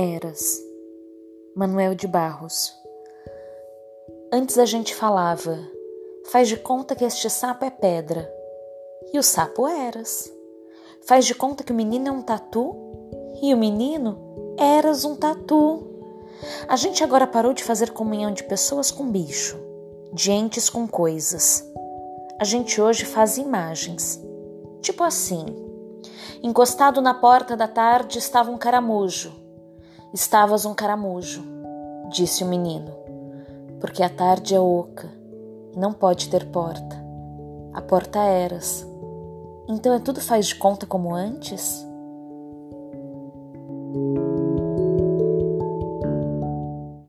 Eras, Manuel de Barros. Antes a gente falava, faz de conta que este sapo é pedra. E o sapo Eras. Faz de conta que o menino é um tatu. E o menino Eras um tatu. A gente agora parou de fazer comunhão de pessoas com bicho, de entes com coisas. A gente hoje faz imagens. Tipo assim, encostado na porta da tarde estava um caramujo. Estavas um caramujo, disse o menino, porque a tarde é oca e não pode ter porta. A porta Eras. Então é tudo faz de conta como antes?